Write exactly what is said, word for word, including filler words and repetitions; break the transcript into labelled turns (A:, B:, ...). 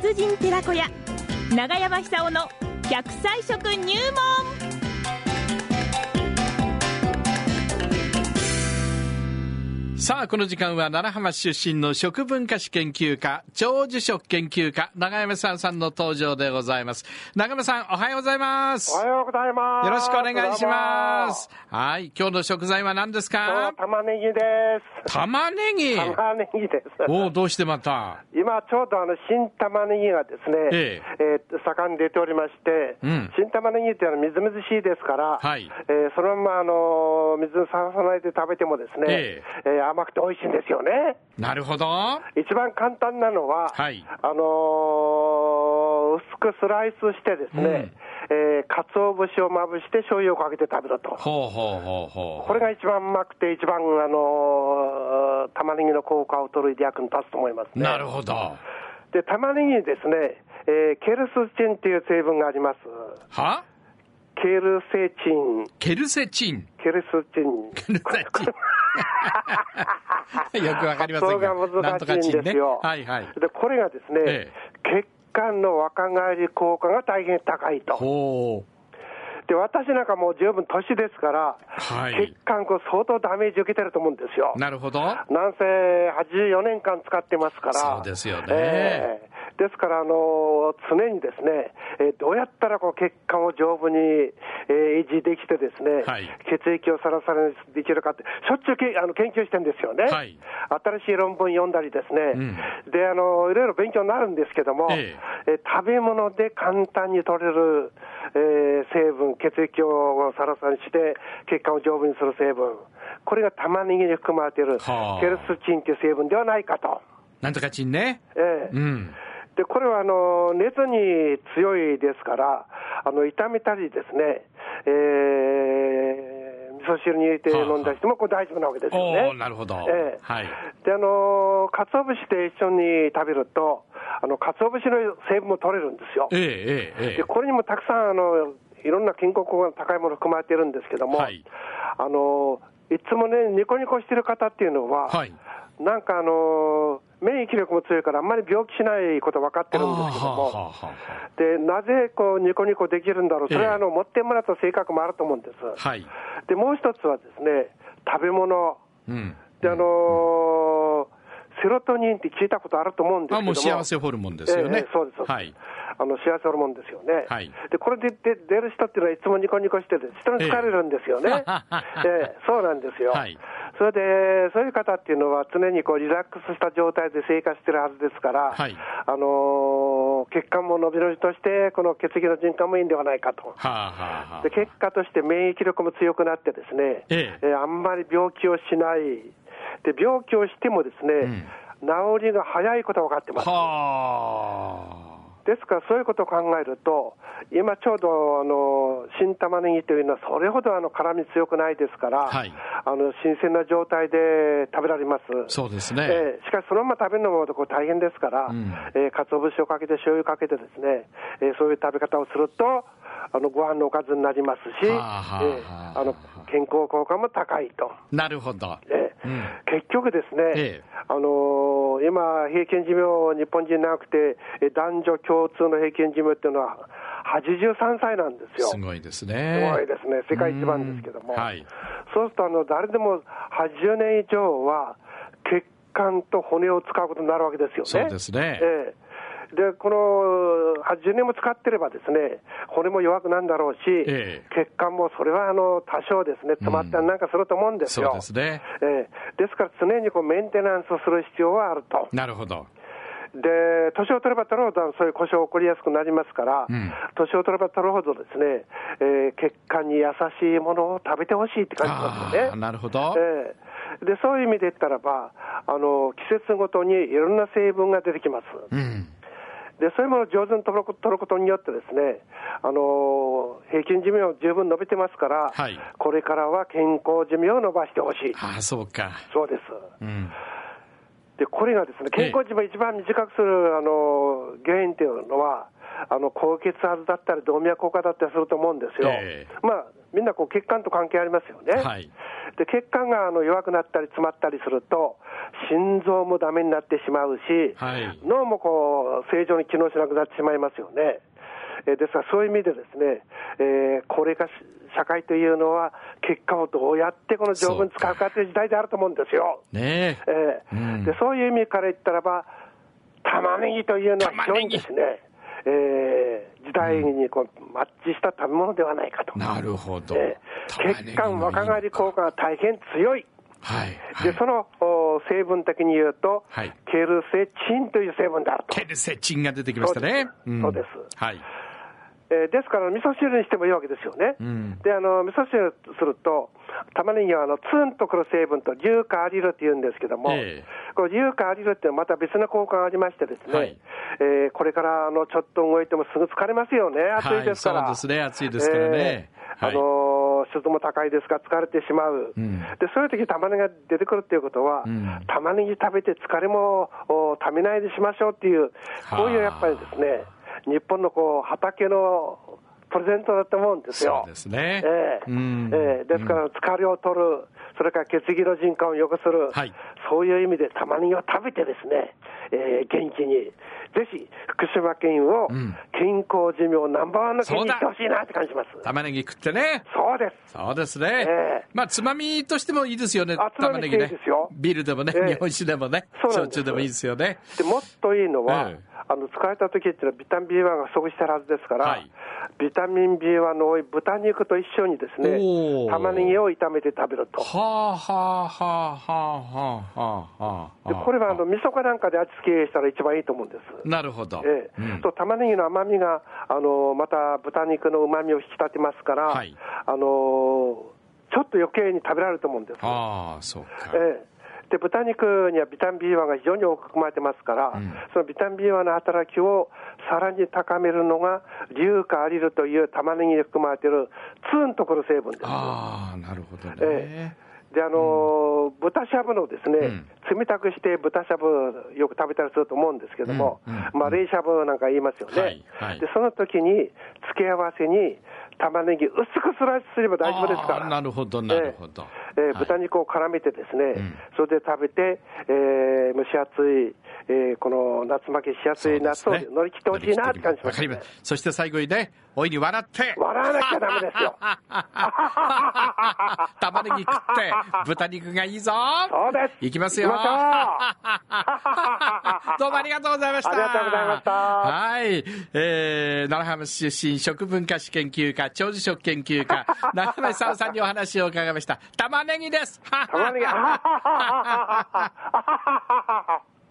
A: 達人寺子屋長山久夫の百歳食入門。
B: さあこの時間は奈良浜出身の食文化史研究家長寿食研究家長山さんさんの登場でございます。長山さんおはようございます。
C: おはようございます。
B: よろしくお願いします。はい、今日の食材は何ですか？
C: 玉ねぎです。
B: 玉ねぎ。
C: 玉ねぎです。
B: おお、どうしてまた？
C: 今ちょうどあの新玉ねぎがですね、えええー、盛んに出ておりまして、うん、新玉ねぎっていうのはみずみずしいですから、はい、えー、そのままあの水にさらさないで食べてもですね、えええー、甘くて美味しいんですよね。
B: なるほど。
C: 一番簡単なのは、はい、あのー、薄くスライスしてですね、うん、えー、鰹節をまぶして醤油をかけて食べると。ほうほうほうほう。これが一番うまくて一番あのー、玉ねぎの効果を取る役に立つと思いますね。
B: なるほど。
C: で玉ねぎにですね、えー、ケルセチンっていう成分があります。
B: は？
C: ケルセチン。
B: ケルセチン。
C: ケルセチン。
B: ケルセチン。よくわかりませんが、
C: 発想が難しいんですよ。
B: ね、はいはい。
C: でこれがですね、ええ、血管の若返り効果が大変高いと。ほう。で私なんかもう十分年ですから、はい、血管こう相当ダメージ受けてると思うんですよ。
B: なるほど。
C: なんせはちじゅうよねんかん使ってますから。
B: そうですよね。
C: えーですから、あの常にですね、えー、どうやったらこう血管を丈夫に、えー、維持できてですね、はい、血液をサラサラにできるかってしょっちゅうけあの研究してるんですよね、はい、新しい論文読んだりですね、うん、であのいろいろ勉強になるんですけども、えーえー、食べ物で簡単に取れる、えー、成分、血液をサラサラにして血管を丈夫にする成分、これが玉ねぎに含まれているケルセチンという成分ではないかと。
B: なんとかチンね、
C: えーうんでこれはあの熱に強いですからあの炒めたりですね、えー、味噌汁に入れて飲んだりしてもこれ大丈夫なわけですよね。
B: おなるほど、
C: えーはい、であの鰹節で一緒に食べるとあの鰹節の成分も取れるんですよ、えーえーえー、でこれにもたくさんあのいろんな健康効果の高いもの含まれているんですけども、はい、あのいつもねニコニコしてる方っていうのは、はい、なんかあの免疫力も強いからあんまり病気しないこと分かってるんですけども、はははでなぜこうニコニコできるんだろう、それはあの、えー、持ってもらった性格もあると思うんです、はい、でもう一つはですね食べ物、うん、であのーうん、セロトニンって聞いたことあると思うんですけども、あもう
B: 幸せホルモンですよね、
C: えー、そうです、はい、あの幸せホルモンですよね、はい、でこれで出る人っていうのはいつもニコニコしてて人に疲れるんですよね、えーえー、そうなんですよ、はい、それでそういう方っていうのは常にこうリラックスした状態で生活してるはずですから、はい、あのー、血管も伸び伸びとしてこの血液の循環もいいんではないかと、はあはあ、で結果として免疫力も強くなってですね、えええー、あんまり病気をしないで病気をしてもですね、うん、治りが早いことが分かってます。はあですからそういうことを考えると今ちょうどあの新玉ねぎというのはそれほどあの辛み強くないですから、はい、あの新鮮な状態で食べられます。
B: そうですね、
C: えー、しかしそのまま食べるのもこう大変ですから、うんえー、鰹節をかけて醤油かけてですね、えー、そういう食べ方をするとあのご飯のおかずになりますし、はあはあえー、あの健康効果も高いと。
B: なるほど、
C: えーうん、結局ですね、えーあのー、今平均寿命日本人長くて男女共通の平均寿命っていうのははちじゅうさんさいなんですよ。
B: すごいですね。
C: すごいですね。世界一番ですけども、はい、そうするとあの誰でもはちじゅうねん以上は血管と骨を使うことになるわけですよね。
B: そうですね、
C: えーでこのはちじゅうねんも使ってればですね骨も弱くなるんだろうし、ええ、血管もそれはあの多少ですね詰まったりなんかすると思うんですよ、
B: うん、そうですね、
C: えー、ですから常にこうメンテナンスをする必要はあると。
B: なるほど。
C: で年を取れば取るほどそういう故障起こりやすくなりますから、うん、年を取れば取るほどですね、えー、血管に優しいものを食べてほしいって感じますよね。
B: なるほど、
C: えー、でそういう意味で言ったらばあの季節ごとにいろんな成分が出てきます、うんでそういうものを上手に取ることによってですね、あのー、平均寿命十分伸びてますから、はい、これからは健康寿命を伸ばしてほしい。
B: ああそうか。
C: そうです、うん、でこれがですね健康寿命を一番短くする、あのー、原因というのはあの高血圧だったり動脈硬化だったりすると思うんですよ、えー、まあみんなこう血管と関係ありますよね、はい、で血管があの弱くなったり詰まったりすると心臓もダメになってしまうし、はい、脳もこう正常に機能しなくなってしまいますよね。えー、ですからそういう意味でですね、えー、高齢化社会というのは結果をどうやってこの条文に使うかという時代であると思うんですよ。
B: ね
C: えーうん、でそういう意味から言ったらば玉ねぎというのは非常にですね、えー、時代にこうマッチした食べ物ではないかと。
B: なるほど。
C: えー、血管若返り効果が大変強い。
B: はいはい、
C: でその成分的に言うと、はい、ケルセチンという成分であると。
B: ケルセチンが出てきましたね。
C: そうです。
B: うん、はい。
C: えー、ですから味噌汁にしてもいいわけですよね。うん、であの味噌汁すると玉ねぎはあのツンとくる成分と硫化アリルというんですけども、えー、この硫化アリルってまた別の効果がありましてですね、はい、えー、これからあのちょっと動いてもすぐ疲れますよね。暑いですから、
B: はい、そうですね、暑いですからね、
C: えー、はい、あのー、湿度も高いですから疲れてしまう、うん、でそういう時玉ねぎが出てくるっていうことは、うん、玉ねぎ食べて疲れもためないでしましょうっていう、こういうやっぱりですね、日本のこう畑のプレゼントだと思うんですよ。
B: そうですね、
C: えーうんえー、ですから疲れを取る、それから血液の循環を良くする、はい、そういう意味で玉ねぎを食べてですね、えー、元気にぜひ福島県を健康寿命ナンバーワンの県にしてほしいなって感じます。
B: 玉ねぎ食ってね。
C: そうです。
B: そうですね、えー、まあつまみとしてもいいですよね。
C: 玉ねぎね、
B: ビールでもね、えー、日本酒でもね、焼酎でもいいですよね。
C: でもっといいのは、えーあの疲れた時っていうのはビタミン ビーワン が不足してるはずですから、はい、ビタミン ビーワン の多い豚肉と一緒にですね、玉ねぎを炒めて食べると。
B: はあはあはあはあはあはあ。
C: でこれはあの味噌かなんかで味付けしたら一番いいと思うんです。
B: なるほど。
C: ええ、うん、と玉ねぎの甘みがあのまた豚肉の旨みを引き立てますから、はい、あのちょっと余計に食べられると思うんです。
B: ああ、そうか。
C: ええで豚肉にはビタミン ビーワン が非常に多く含まれてますから、うん、そのビタミン ビーワン の働きをさらに高めるのが硫化アリルという玉ねぎに含まれているツンとくる成分です。
B: ああ、なるほどね。
C: えー、であのーうん、豚しゃぶのですね、うん、冷たくして豚しゃぶよく食べたりすると思うんですけども、うんうんうん、まあ冷しゃぶなんか言いますよね、はいはい、でその時に付け合わせに玉ねぎ薄くスライスすれば大丈夫ですから。
B: なるほどなるほど、
C: えーえー、豚肉を絡めてですね、はい、それで食べて、えー、蒸し暑い、えー、この夏負けしやすい夏を乗り切ってほしいなって感じします、ね、
B: わかります。そして最後にね、おいに笑って
C: 笑わなきゃダメですよ
B: 玉ねぎ食って豚肉がいいぞ。
C: そうです。
B: いきますよ。
C: 行きま
B: しょうどうもありがとうございました。
C: ありがとうございました。
B: はい、えー、奈良浜市出身食文化史研究家長寿食研究家中山久夫さんにお話を伺いました。玉ねぎです。
C: 玉ねぎ